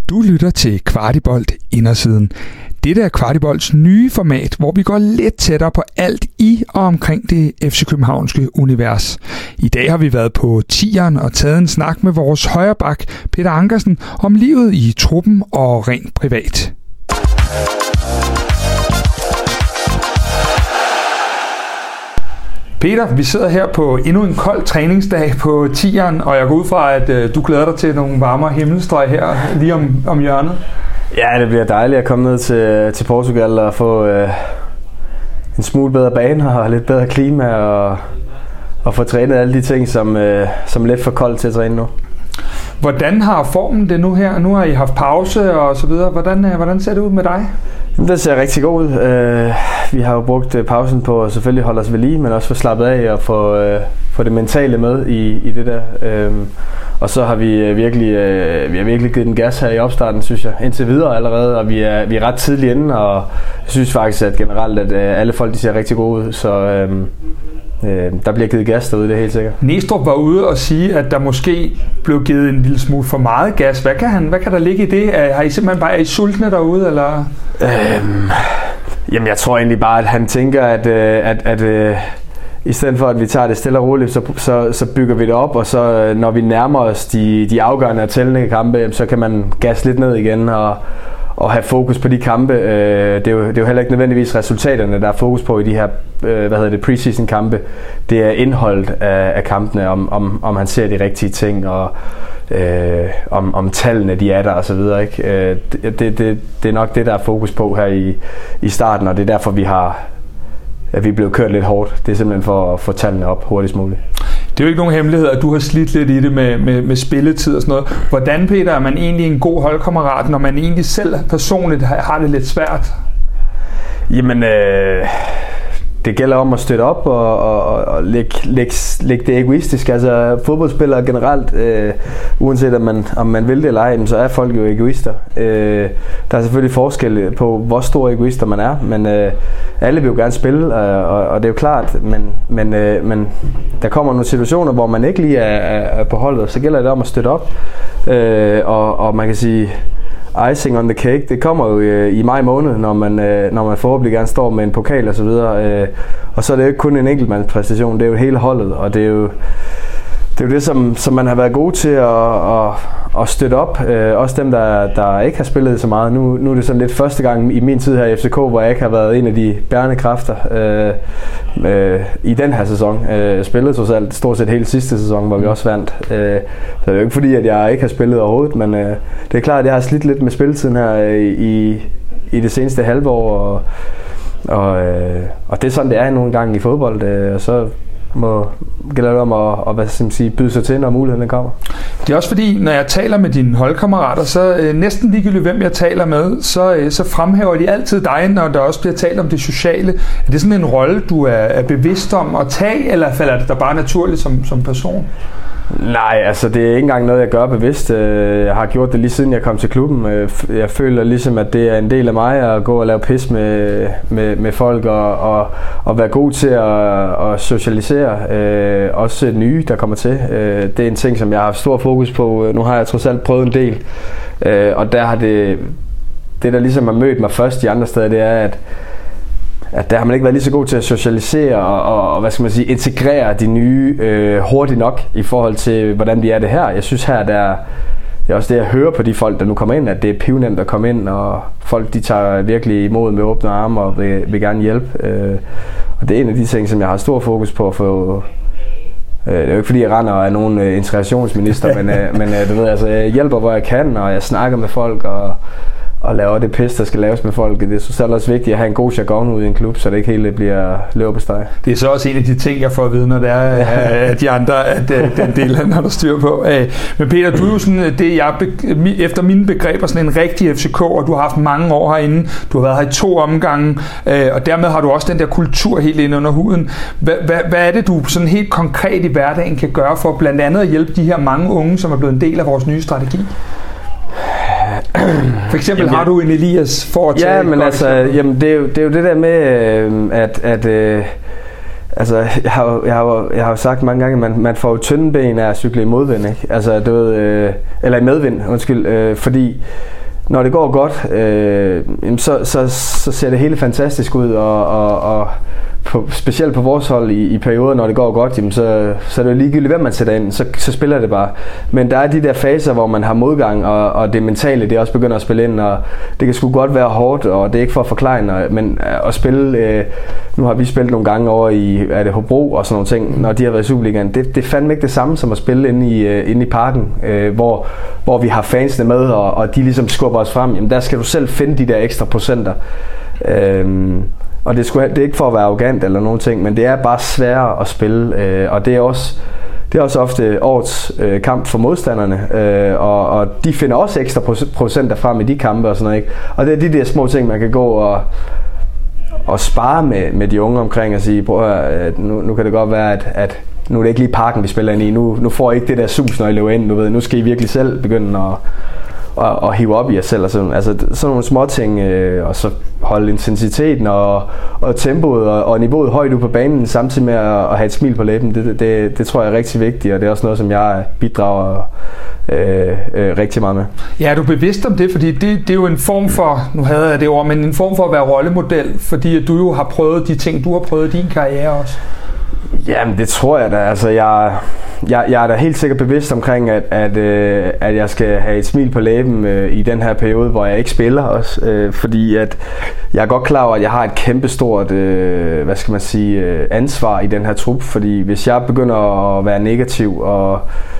Du lytter til Kvartibolt Indersiden. Dette er Kvartibolts nye format, hvor vi går lidt tættere på alt i og omkring det FC Københavnske univers. I dag har vi været på Tieren og taget en snak med vores højreback Peter Ankersen om livet i truppen og rent privat. Peter, vi sidder her på endnu en kold træningsdag på Tieren, og jeg går ud fra, at du glæder dig til nogle varmere himmelstrøg her lige om hjørnet. Ja, det bliver dejligt at komme ned til Portugal og få en smule bedre bane og lidt bedre klima og få trænet alle de ting, som er lidt for koldt til at træne nu. Hvordan har formen det nu her? Nu har I haft pause og så videre. Hvordan ser det ud med dig? Det ser rigtig godt ud. Vi har jo brugt pausen på at selvfølgelig holde os ved lige, men også få slappet af og få det mentale med i det der. Og så har vi virkelig givet den gas her i opstarten, synes jeg, indtil videre allerede, og vi er ret tidligt inde, og jeg synes faktisk at generelt, at alle folk de ser rigtig gode ud, så der bliver givet gas derude, det er helt sikkert. Næstrup var ude og sige, at der måske blev givet en lille smule for meget gas. Hvad kan der ligge i det? Har I simpelthen bare sultne derude, eller? Jamen, jeg tror egentlig bare, at han tænker, at i stedet for, at vi tager det stille og roligt, så bygger vi det op, og så når vi nærmer os de afgørende og tællende kampe, så kan man gasse lidt ned igen og have fokus på de kampe. Det er jo heller ikke nødvendigvis resultaterne, der er fokus på i de her preseason kampe. Det er indholdet af kampene, om han ser de rigtige ting, og om tallene de er der og så videre, ikke? Det er nok det, der er fokus på her i starten, og det er derfor vi blev kørt lidt hårdt. Det er simpelthen for at få tallene op hurtigst muligt. Det er jo ikke nogen hemmelighed, at du har slidt lidt i det med spilletid og sådan noget. Hvordan, Peter, er man egentlig en god holdkammerat, når man egentlig selv personligt har det lidt svært? Jamen, det gælder om at støtte op og lægge det egoistisk. Altså fodboldspillere generelt, uanset om man vil det eller ej, så er folk jo egoister. Der er selvfølgelig forskel på, hvor store egoister man er, men alle vil jo gerne spille, og det er jo klart, men der kommer nogle situationer, hvor man ikke lige er på holdet, så gælder det om at støtte op, og man kan sige, icing on the cake, det kommer jo i maj måned, når man forhåbentlig gerne står med en pokal og så videre. Og så er det jo ikke kun en enkeltmandspræstation, det er jo hele holdet, og det er jo det, som man har været god til at støtte op. Også dem, der ikke har spillet så meget. Nu er det sådan lidt første gang i min tid her i FCK, hvor jeg ikke har været en af de bærende kræfter i den her sæson. Jeg spillede trods alt stort set hele sidste sæson, hvor vi også vandt. Så det er jo ikke fordi, at jeg ikke har spillet overhovedet, men det er klart, at jeg har slidt lidt med spilletiden her i det seneste halve år. Og det er sådan, det er nogle gange i fodbold. Og så gælder det om at byde sig til, når muligheden kommer. Det er også fordi, når jeg taler med dine holdkammerater, så næsten ligegyldigt hvem jeg taler med, så fremhæver de altid dig, når der også bliver talt om det sociale. Er det sådan en rolle, du er bevidst om at tage, eller falder det der bare naturligt som person? Nej, altså det er ikke engang noget, jeg gør bevidst. Jeg har gjort det lige siden jeg kom til klubben. Jeg føler ligesom, at det er en del af mig at gå og lave pis med folk og være god til at socialisere. Også nye, der kommer til. Det er en ting, som jeg har haft stor fokus på. Nu har jeg trods alt prøvet en del. Og der har det der ligesom har mødt mig først de andre steder, det er, at der har man ikke været lige så god til at socialisere og hvad skal man sige, integrere de nye hurtigt nok i forhold til, hvordan vi er det her. Jeg synes her, det er også det, jeg hører på de folk, der nu kommer ind, at det er pivnemt at komme ind, og folk de tager virkelig imod med åbne arme og vil gerne hjælpe. Og det er en af de ting, som jeg har stor fokus på at få. Det er jo ikke fordi, jeg render og er nogen integrationsminister, men du ved, altså, jeg hjælper, hvor jeg kan, og jeg snakker med folk og laver det pis, der skal laves med folk. Det er så også vigtigt at have en god jargon ude i en klub, så det ikke hele bliver løbesteg. Det er så også en af de ting, jeg får at vide, når det er at de andre, at den del har der styr på. Men Peter, du er jo sådan, det jeg efter mine begreber, sådan en rigtig FCK, og du har haft mange år herinde. Du har været her i 2 omgange, og dermed har du også den der kultur helt inde under huden. Hvad er det, du sådan helt konkret i hverdagen kan gøre for blandt andet at hjælpe de her mange unge, som er blevet en del af vores nye strategi? For eksempel har du en Elias for at tage. Ja, men altså, det er jo det der med Altså, jeg har jo sagt mange gange, at man får jo tynde ben af at cykle i modvind, ikke? Altså, du ved, eller i medvind, undskyld, fordi når det går godt, så ser det hele fantastisk ud, og specielt på vores hold i perioder, når det går godt, jamen, så er det jo ligegyldigt, hvem man sætter ind, så spiller det bare. Men der er de der faser, hvor man har modgang, og det mentale, det også begynder at spille ind, og det kan sgu godt være hårdt, og det er ikke for at forklare, men at spille, nu har vi spillet nogle gange over i Hobro og sådan nogle ting, når de har været i Superligaen, det er fandme ikke det samme som at spille inde i parken, hvor vi har fansene med, og de ligesom skubber os frem. Jamen der skal du selv finde de der ekstra procenter. Og det er ikke for at være arrogant eller nogen ting, men det er bare sværere at spille, og det er også ofte årets kamp for modstanderne, og de finder også ekstra procenter frem i de kampe og sådan noget, ikke? Og det er de der små ting, man kan gå og spare med de unge omkring og sige, prøv at nu kan det godt være, at nu er det ikke lige parken, vi spiller ind i, nu får I ikke det der sus, når I løber ind, du ved, nu skal I virkelig selv begynde at hive op i jer selv, og sådan nogle små ting, og så holde intensiteten og tempoet og niveauet højt ud på banen, samtidig med at have et smil på læben. Det tror jeg er rigtig vigtigt, og det er også noget, som jeg bidrager rigtig meget med. Ja, er du bevidst om det? Fordi det er jo en form for, nu havde jeg det ord, men en form for at være rollemodel, fordi at du jo har prøvet de ting, du har prøvet i din karriere også. Jamen, det tror jeg da. Altså, jeg er da helt sikkert bevidst omkring, at jeg skal have et smil på læben i den her periode, hvor jeg ikke spiller også. Fordi at jeg er godt klar over, at jeg har et kæmpestort ansvar i den her trup. Fordi hvis jeg begynder at være negativ og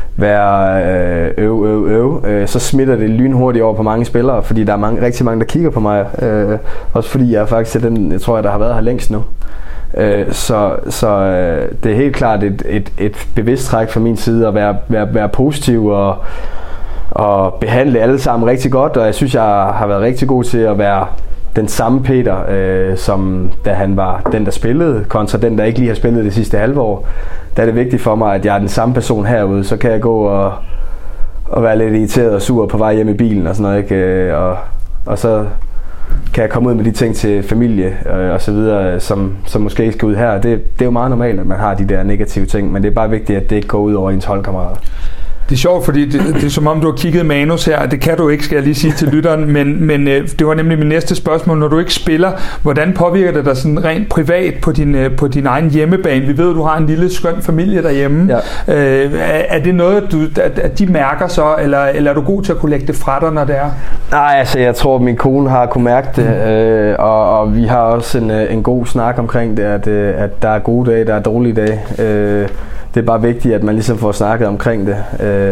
være så smitter det lynhurtigt over på mange spillere. Fordi der er rigtig mange, der kigger på mig. Også fordi jeg er faktisk den, jeg tror, der har været her længst nu. Så det er helt klart et bevidst træk fra min side at være positiv og behandle alle sammen rigtig godt, og jeg synes, jeg har været rigtig god til at være den samme Peter, som da han var den, der spillede, kontra den, der ikke lige har spillet det sidste halve år. Der er det vigtigt for mig, at jeg er den samme person herude, så kan jeg gå og være lidt irriteret og sur på vej hjem i bilen og sådan noget, ikke? Og så kan jeg komme ud med de ting til familie og så videre, som måske ikke skal ud her. Det er jo meget normalt, at man har de der negative ting, men det er bare vigtigt, at det ikke går ud over ens holdkammerater. Det er sjovt, fordi det er som om, du har kigget manus her. Det kan du ikke, skal jeg lige sige til lytteren, men det var nemlig min næste spørgsmål. Når du ikke spiller, hvordan påvirker det dig sådan rent privat på din egen hjemmebane? Vi ved, at du har en lille skøn familie derhjemme. Ja. Er det noget, at de mærker så, eller er du god til at kunne lægge det fra dig, når det er? Nej, altså jeg tror, at min kone har kunnet mærke det, og vi har også en god snak omkring det, at der er gode dage, der er dårlige dage. Det er bare vigtigt, at man ligesom får snakket omkring det.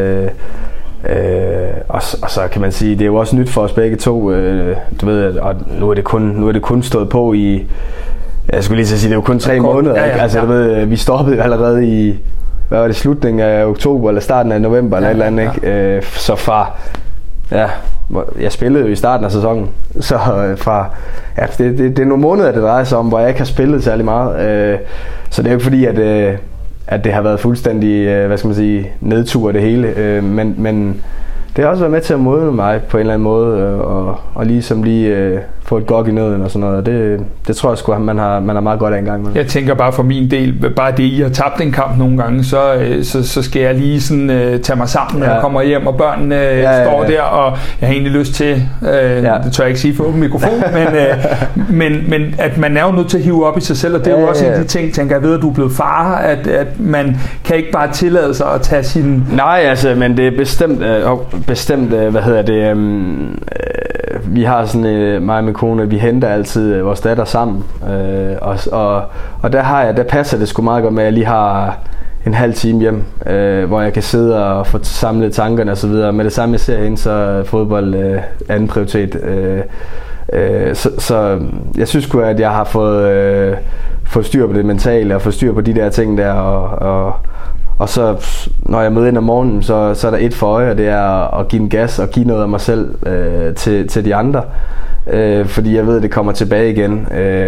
Og så kan man sige, det er jo også nyt for os begge to. Du ved, og nu er det kun stået på i, jeg skulle lige sige, det er jo kun 3 måneder. Ja, ja, ja. Altså, du ved, vi stoppede allerede i, hvad var det, slutningen af oktober eller starten af november eller et eller andet, ikke? Så fra, ja, jeg spillede jo i starten af sæsonen, så fra, ja, det er nogle måneder, det drejer sig om, hvor jeg ikke har spillet særlig meget. Så det er jo ikke fordi, at det har været fuldstændig, nedtur det hele, men det har også været med til at modne mig på en eller anden måde, og ligesom få et gok i nøden og sådan noget. Det tror jeg sgu, man har meget godt af en gang med. Jeg tænker bare for min del, bare det, I har tabt en kamp nogle gange, så skal jeg lige sådan tage mig sammen, når jeg kommer hjem, og børnene står der, og jeg har egentlig lyst til, det tør jeg ikke sige for åben mikrofon, men at man er jo nødt til at hive op i sig selv, og det er jo også en af de ting, tænker jeg ved, at du er blevet far, at man kan ikke bare tillade sig at tage sin... Nej, altså, men det er bestemt, vi har sådan mig og min kone, vi henter altid vores datter sammen, og der passer det sgu meget godt med, at jeg lige har en halv time hjem, hvor jeg kan sidde og få samlet tankerne og så videre. Med det samme jeg ser hende, så er fodbold anden prioritet. Så jeg synes sgu, at jeg har fået styr på det mentale og fået styr på de der ting der, og så når jeg møder ind om morgenen, så er der et for øje, og det er at give en gas og give noget af mig selv til de andre. Fordi jeg ved, at det kommer tilbage igen,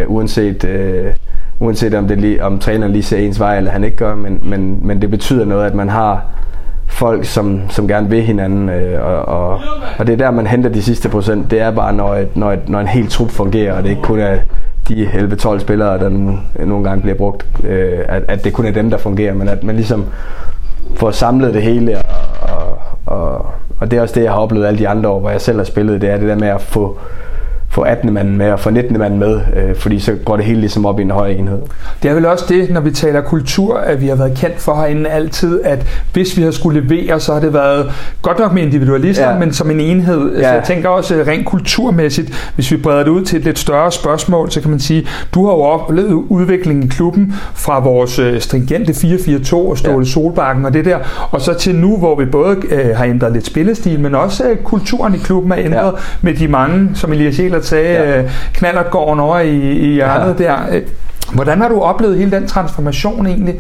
uanset om træneren lige ser ens vej, eller han ikke gør, men det betyder noget, at man har folk, som gerne vil hinanden, og det er der, man henter de sidste procent. Det er bare, når en hel trup fungerer, og det ikke kun er de 11-12 spillere, der nogle gange bliver brugt, at det kun er dem, der fungerer, men at man ligesom får samlet det hele, og det er også det, jeg har oplevet alle de andre år, hvor jeg selv har spillet, det er det der med at få 18. manden med og få 19. manden med, fordi så går det hele ligesom op i en høj enhed. Det er vel også det, når vi taler kultur, at vi har været kendt for herinde altid, at hvis vi har skulle levere, så har det været godt nok med individualister, men som en enhed. Ja. Så jeg tænker også rent kulturmæssigt, hvis vi breder det ud til et lidt større spørgsmål, så kan man sige, du har jo oplevet udviklingen i klubben fra vores stringente 4-4-2 og Ståle Solbakken og det der, og så til nu, hvor vi både har ændret lidt spillestil, men også kulturen i klubben er ændret med de mange, som Elias Ehlert sagde, Knallertgården over i hjørnet der. Hvordan har du oplevet hele den transformation egentlig?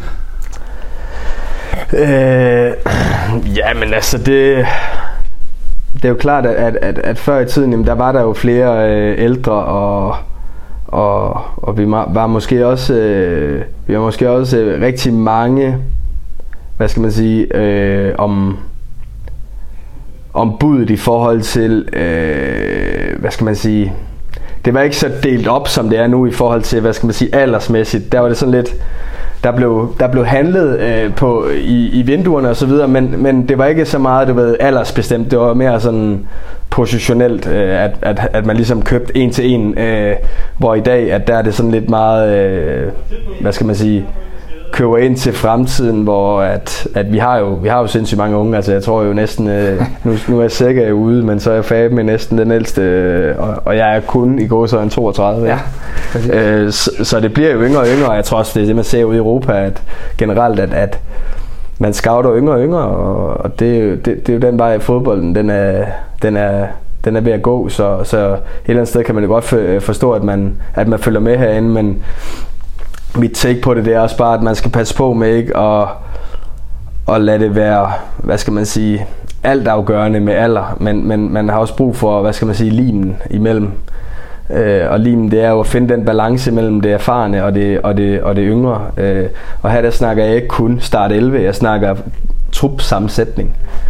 Men altså det er jo klart, at før i tiden, jamen, der var der jo flere ældre, og vi var måske også rigtig mange, hvad skal man sige, om budet i forhold til, hvad skal man sige, det var ikke så delt op, som det er nu i forhold til, hvad skal man sige, aldersmæssigt. Der var det sådan lidt, der blev handlet på i vinduerne og så videre, men det var ikke så meget, du ved, aldersbestemt. Det var mere sådan positionelt, at man ligesom købte en til en, hvor i dag, at der er det sådan lidt meget, hvad skal man sige, køber ind til fremtiden, hvor at vi har jo sindssygt mange unge. Altså jeg tror jo næsten, nu er jeg sikkert ude, men så er jeg Fabe med næsten den ældste, og jeg er kun i gåsøjne 32. Ja. Så det bliver jo yngre og yngre, og jeg tror også, det er det, man ser ude i Europa, at generelt, at man scouter yngre og yngre, og det er jo den vej i fodbolden, den er ved at gå, så et eller andet sted kan man jo godt forstå, at man følger med herinde, men mit take på det er også bare, at man skal passe på med ikke at lade det være, hvad skal man sige, altafgørende med alder, men man har også brug for, hvad skal man sige, limen imellem. Og limen, det er jo at finde den balance mellem det erfarne og det yngre. Og her der snakker jeg ikke kun start 11, jeg snakker trupsammensætning.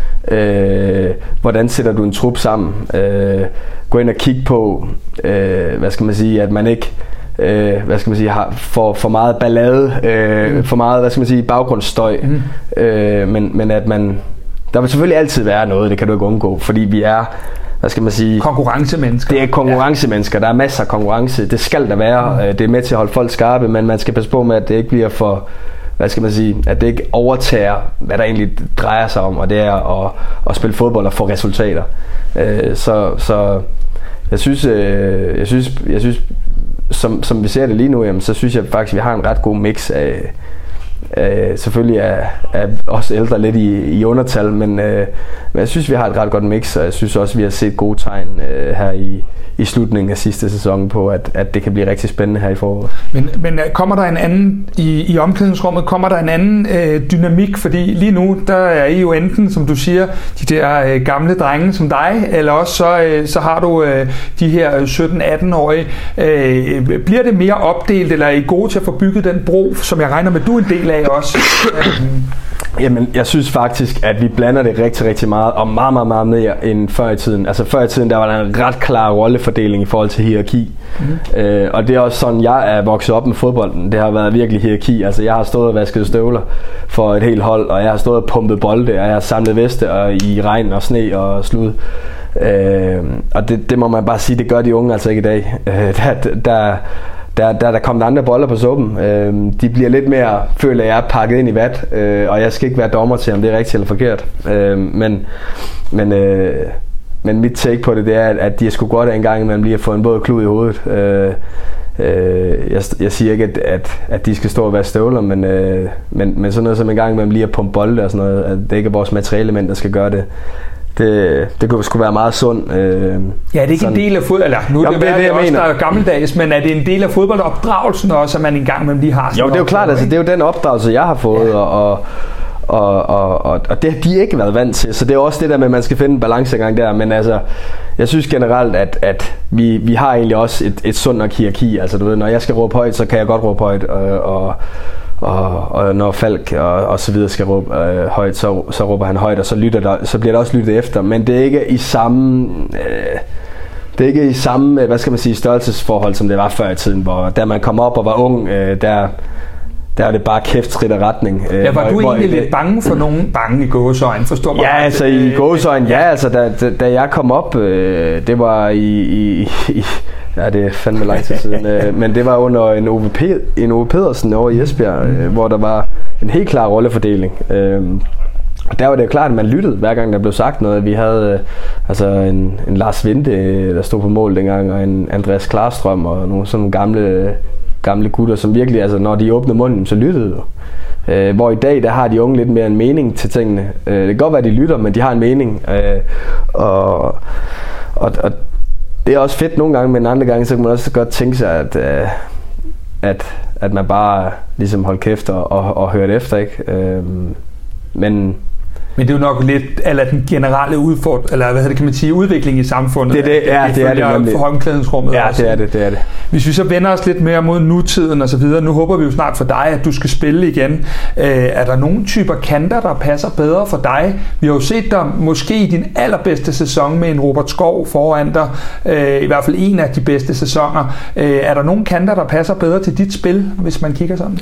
Hvordan sætter du en trup sammen? Gå ind og kigge på, hvad skal man sige, at man ikke hvad skal man sige, har for meget ballade, for meget, hvad skal man sige, baggrundsstøj, men at der vil selvfølgelig altid være noget, det kan du ikke undgå, fordi vi er, hvad skal man sige, konkurrencemennesker. Det er konkurrencemennesker, der er masser af konkurrence, det skal der være, det er med til at holde folk skarpe, men man skal passe på med, at det ikke bliver for, hvad skal man sige, at det ikke overtager, hvad der egentlig drejer sig om, og det er at spille fodbold og få resultater. Så jeg synes som vi ser det lige nu, jamen, så synes jeg faktisk, at vi har en ret god mix af selvfølgelig er os ældre lidt i undertal, men jeg synes, vi har et ret godt mix, og jeg synes også, vi har set gode tegn her i slutningen af sidste sæson på, at det kan blive rigtig spændende her i foråret. Men kommer der en anden, i omklædningsrummet, kommer der en anden dynamik? Fordi lige nu, der er I jo enten, som du siger, de der gamle drenge som dig, eller også så har du de her 17-18-årige. Bliver det mere opdelt, eller er I gode til at få bygget den bro, som jeg regner med, du er en del af også? Jamen, jeg synes faktisk, at vi blander det rigtig, rigtig meget, og meget, meget, meget mere end før i tiden. Altså før i tiden, der var der en ret klar rollefordeling i forhold til hierarki. Og det er også sådan, jeg er vokset op med fodbolden. Det har været virkelig hierarki. Altså jeg har stået og vasket støvler for et helt hold, og jeg har stået og pumpet bolde, og jeg har samlet veste og i regn og sne og slud. Og det må man bare sige, det gør de unge altså ikke i dag. Der kommet andre boller på suppen. De bliver lidt mere, føler jeg, pakket ind i vat, og jeg skal ikke være dommer til, om det er rigtigt eller forkert. Men mit take på det er, at de er sgu godt af en gang, at man bliver fået en både klud i hovedet. Jeg siger ikke, at de skal stå og være støvler, men sådan noget som en gang, man bliver pumpe bolde og sådan noget, at det ikke er vores materialement, der skal gøre det. Det kunne sgu være meget sundt. Ja, det er ikke sådan en del af fodbold, eller nu er det også, der er gammeldags, men er det en del af fodboldopdragelsen også, at man engang med lige har sådan? Jo, det er jo klart, altså det er jo den opdragelse, jeg har fået, og det har de ikke været vant til, så det er også det der med, at man skal finde en balancegang der, men altså, jeg synes generelt, at vi har egentlig også et sundt nok hierarki, altså du ved, når jeg skal råbe højt, så kan jeg godt råbe højt, og når Falk og så videre skal råbe højt, så råber han højt, og så bliver der også lyttet efter, men det er ikke i samme det er ikke i samme, hvad skal man sige, størrelsesforhold, som det var før i tiden, hvor da man kom op og var ung, der er det bare kæft skridt af retning. Ja, var du egentlig lidt bange for nogen? Bange i gåseøjne, forstår mig? Ja, altså i gåseøjne, ja, altså da jeg kom op, det var ja, det er fandme lang tid siden, men det var under en Ove Pedersen over i Esbjerg, hvor der var en helt klar rollefordeling. Og der var det jo klart, at man lyttede, hver gang der blev sagt noget. Vi havde altså en Lars Vinde, der stod på mål dengang, og en Andreas Klarstrøm, og nogle sådan gamle gutter, som virkelig, altså når de åbnede munden, så lyttede du. Hvor i dag, der har de unge lidt mere en mening til tingene. Det kan godt være, at de lytter, men de har en mening. Og det er også fedt nogle gange, men andre gange, så kan man også godt tænke sig, at man bare ligesom holdt kæft og hørte efter, ikke? Men det er jo nok lidt eller den generelle udvikling i samfundet. Det er det for omklædningsrummet. Ja, det er det. Hvis vi så vender os lidt mere mod nutiden og så videre, nu håber vi jo snart for dig, at du skal spille igen. Er der nogle typer kanter, der passer bedre for dig? Vi har jo set dig måske i din allerbedste sæson med en Robert Skov foran dig, i hvert fald en af de bedste sæsoner. Er der nogle kanter, der passer bedre til dit spil, hvis man kigger sådan?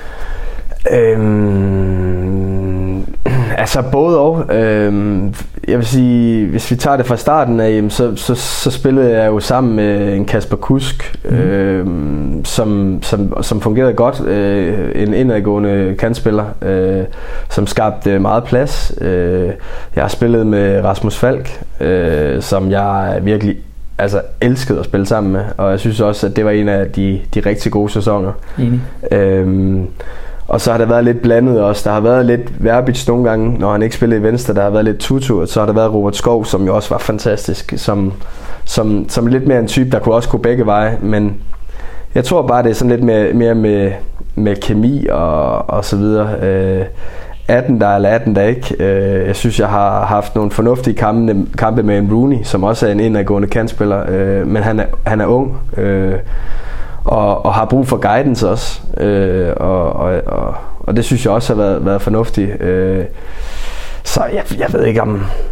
Altså både og. Jeg vil sige, hvis vi tager det fra starten af, så spillede jeg jo sammen med en Kasper Kusk, som fungerede godt. En indadgående kantspiller, som skabte meget plads. Jeg har spillet med Rasmus Falk, som jeg virkelig elskede at spille sammen med, og jeg synes også, at det var en af de rigtig gode sæsoner. Og så har der været lidt blandet også. Der har været lidt Verbic nogle gange, når han ikke spillede i venstre. Der har været lidt Tutu, og så har der været Robert Skov, som jo også var fantastisk. Som lidt mere en type, der kunne også gå begge veje. Men jeg tror bare, det er sådan lidt mere med kemi og så videre. 18 der eller 18 der ikke. Jeg synes, jeg har haft nogle fornuftige kampe med en Rooney, som også er en indadgående kantspiller. Men han er ung. Og har brug for guidance også, og det synes jeg også har været fornuftigt. Så jeg ved ikke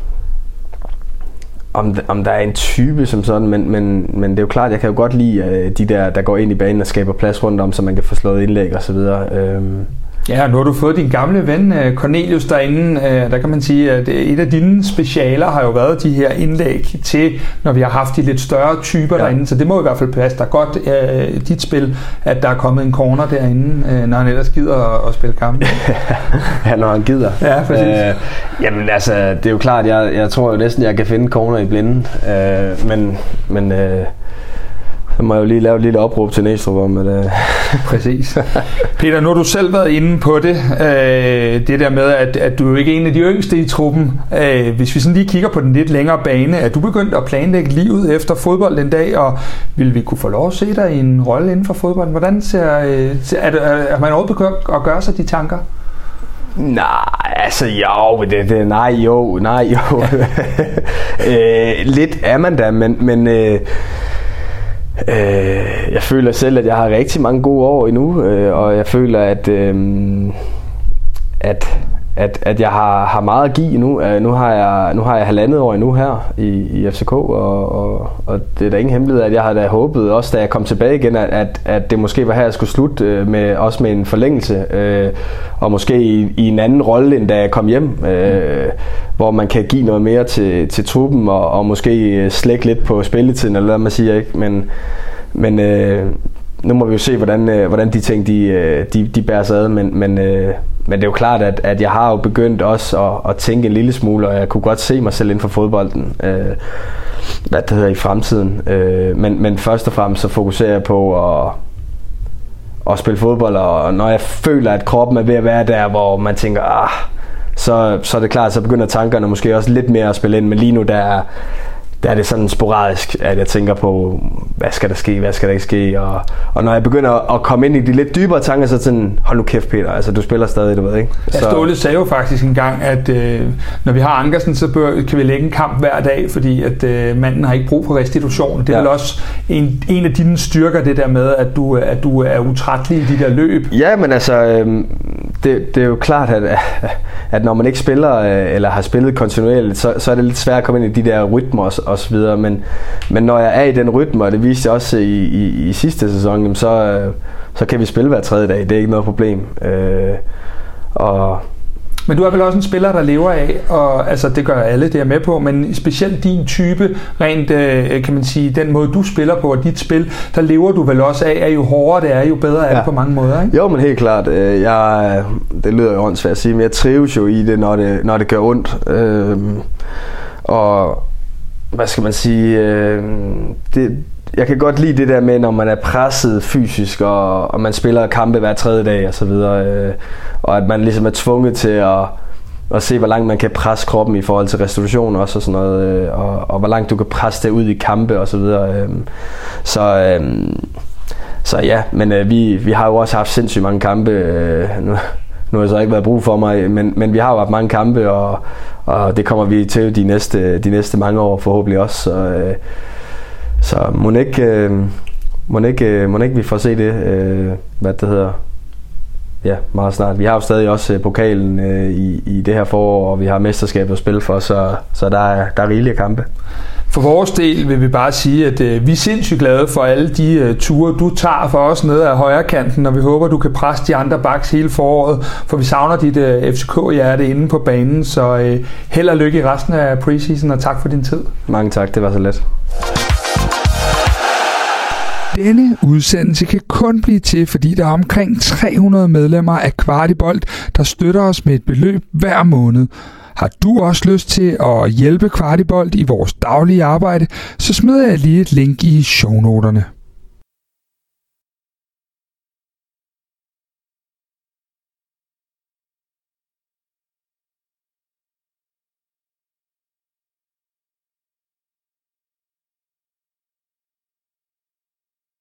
om der er en type som sådan, men det er jo klart, jeg kan jo godt lide de der går ind i banen og skaber plads rundt om, så man kan få slået indlæg og så videre. Ja, nu har du fået din gamle ven Cornelius derinde. Der kan man sige, at et af dine specialer har jo været de her indlæg til, når vi har haft de lidt større typer derinde. Så det må i hvert fald passe dig godt dit spil, at der er kommet en corner derinde, når han ellers gider at spille kamp. Ja, når han gider. Ja, præcis. Jamen altså, det er jo klart, jeg tror jo næsten, jeg kan finde corner i blinden. Men så må jeg jo lige lave et lille opråb til Næstrup om, at... Præcis. Peter, nu har du selv været inde på det. Det der med, at du er jo ikke en af de yngste i truppen. Hvis vi sådan lige kigger på den lidt længere bane, er du begyndt at planlægge livet efter fodbold en dag, og vil vi kunne få lov at se dig i en rolle inden for fodbolden? Hvordan er man overhovedet begyndt at gøre sig de tanker? Nej, altså jo. Lidt er man da, men jeg føler selv, at jeg har rigtig mange gode år endnu, og jeg føler, at jeg har meget at give endnu. Nu har jeg 1,5 år endnu her i FCK, og det er da ingen hemmelighed, at jeg har da håbet, også da jeg kom tilbage igen, at det måske var her, jeg skulle slutte, også med en forlængelse, og måske i en anden rolle, end da jeg kom hjem, hvor man kan give noget mere til truppen, og måske slække lidt på spilletiden, eller hvad man siger, ikke? Men nu må vi jo se, hvordan de ting de bærer sig ad, men det er jo klart, at jeg har jo begyndt også at tænke en lille smule, og jeg kunne godt se mig selv inden for fodbolden, hvad det hedder i fremtiden. Men først og fremmest så fokuserer jeg på at spille fodbold, og når jeg føler, at kroppen er ved at være der, hvor man tænker, så er det klart, så begynder tankerne måske også lidt mere at spille ind, men lige nu der er det sådan sporadisk, at jeg tænker på, hvad skal der ske, hvad skal der ikke ske, og når jeg begynder at komme ind i de lidt dybere tanker, så sådan, hold nu kæft Peter, altså du spiller stadig, du ved, ikke? Ståle sagde jo faktisk en gang, at når vi har Ankersen, så kan vi lægge en kamp hver dag, fordi at manden har ikke brug for restitution. Det er vel også en af dine styrker, det der med, at du er utrættelig i de der løb. Ja, men altså, det er jo klart, at når man ikke spiller eller har spillet kontinuerligt, så er det lidt svært at komme ind i de der rytmer og så videre. Men når jeg er i den rytme, og det viste jeg også i sidste sæson, så kan vi spille hver tredje dag. Det er ikke noget problem. Men du er vel også en spiller, der lever af, og altså det gør alle, det er med på, men specielt din type, rent kan man sige, den måde du spiller på, og dit spil, der lever du vel også af, at jo hårdere det er, jo bedre er det på mange måder, ikke? Jo, men helt klart. Det lyder jo åndssvært at sige, men jeg trives jo i det, når det gør ondt. Og hvad skal man sige, jeg kan godt lide det der med, når man er presset fysisk, og man spiller kampe hver tredje dag og så videre, og at man ligesom er tvunget til at se, hvor langt man kan presse kroppen i forhold til restitution også og sådan noget, og hvor langt du kan presse det ud i kampe og så videre. Så ja, men vi har jo også haft sindssygt mange kampe. Nu har jeg så ikke været brug for mig, men vi har jo haft mange kampe, og det kommer vi til de næste mange år forhåbentlig også. Så må ikke vi får se det, hvad det hedder, ja, meget snart. Vi har jo stadig også pokalen i det her forår, og vi har mesterskabet at spille for, så der er rigelige kampe. For vores del vil vi bare sige, at vi er sindssygt glade for alle de ture, du tager for os ned ad højre kanten, og vi håber, du kan presse de andre backs hele foråret, for vi savner dit FCK-hjerte inde på banen, så held og lykke i resten af preseason, og tak for din tid. Mange tak, det var så let. Denne udsendelse kan kun blive til, fordi der er omkring 300 medlemmer af Kvartibold, der støtter os med et beløb hver måned. Har du også lyst til at hjælpe Kvartibold i vores daglige arbejde, så smider jeg lige et link i shownoterne.